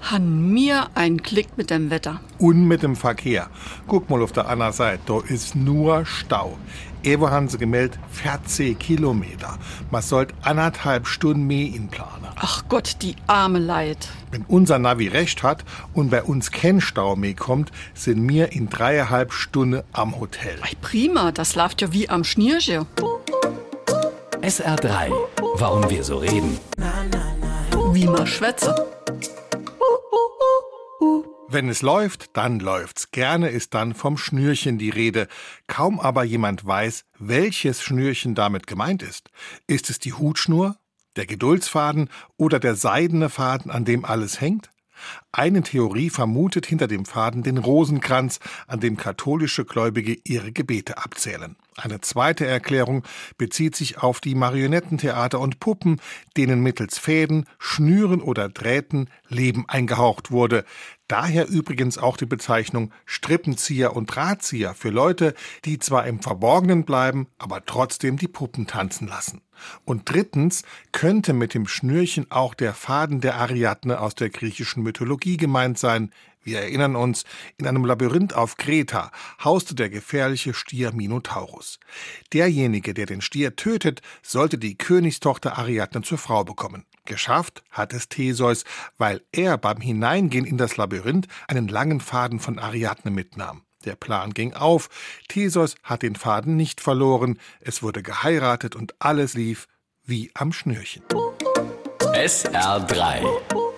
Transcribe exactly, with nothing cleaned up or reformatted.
Han mir ein Klick mit dem Wetter. Und mit dem Verkehr. Guck mal auf der anderen Seite, da ist nur Stau. Ewo haben sie gemeldet, vierzehn Kilometer. Man sollte anderthalb Stunden mehr inplanen. Ach Gott, die arme Leid. Wenn unser Navi recht hat und bei uns kein Stau mehr kommt, sind wir in dreieinhalb Stunden am Hotel. Ei, prima, das läuft ja wie am Schnürchen. S R drei. Warum wir so reden. Wie man schwätze. Wenn es läuft, dann läuft's. Gerne ist dann vom Schnürchen die Rede. Kaum aber jemand weiß, welches Schnürchen damit gemeint ist. Ist es die Hutschnur, der Geduldsfaden oder der seidene Faden, an dem alles hängt? Eine Theorie vermutet hinter dem Faden den Rosenkranz, an dem katholische Gläubige ihre Gebete abzählen. Eine zweite Erklärung bezieht sich auf die Marionettentheater und Puppen, denen mittels Fäden, Schnüren oder Drähten Leben eingehaucht wurde. Daher übrigens auch die Bezeichnung Strippenzieher und Drahtzieher für Leute, die zwar im Verborgenen bleiben, aber trotzdem die Puppen tanzen lassen. Und drittens könnte mit dem Schnürchen auch der Faden der Ariadne aus der griechischen Mythologie gemeint sein. Wir erinnern uns, in einem Labyrinth auf Kreta hauste der gefährliche Stier Minotaurus. Derjenige, der den Stier tötet, sollte die Königstochter Ariadne zur Frau bekommen. Geschafft hat es Theseus, weil er beim Hineingehen in das Labyrinth einen langen Faden von Ariadne mitnahm. Der Plan ging auf, Theseus hat den Faden nicht verloren, es wurde geheiratet und alles lief wie am Schnürchen. S R drei.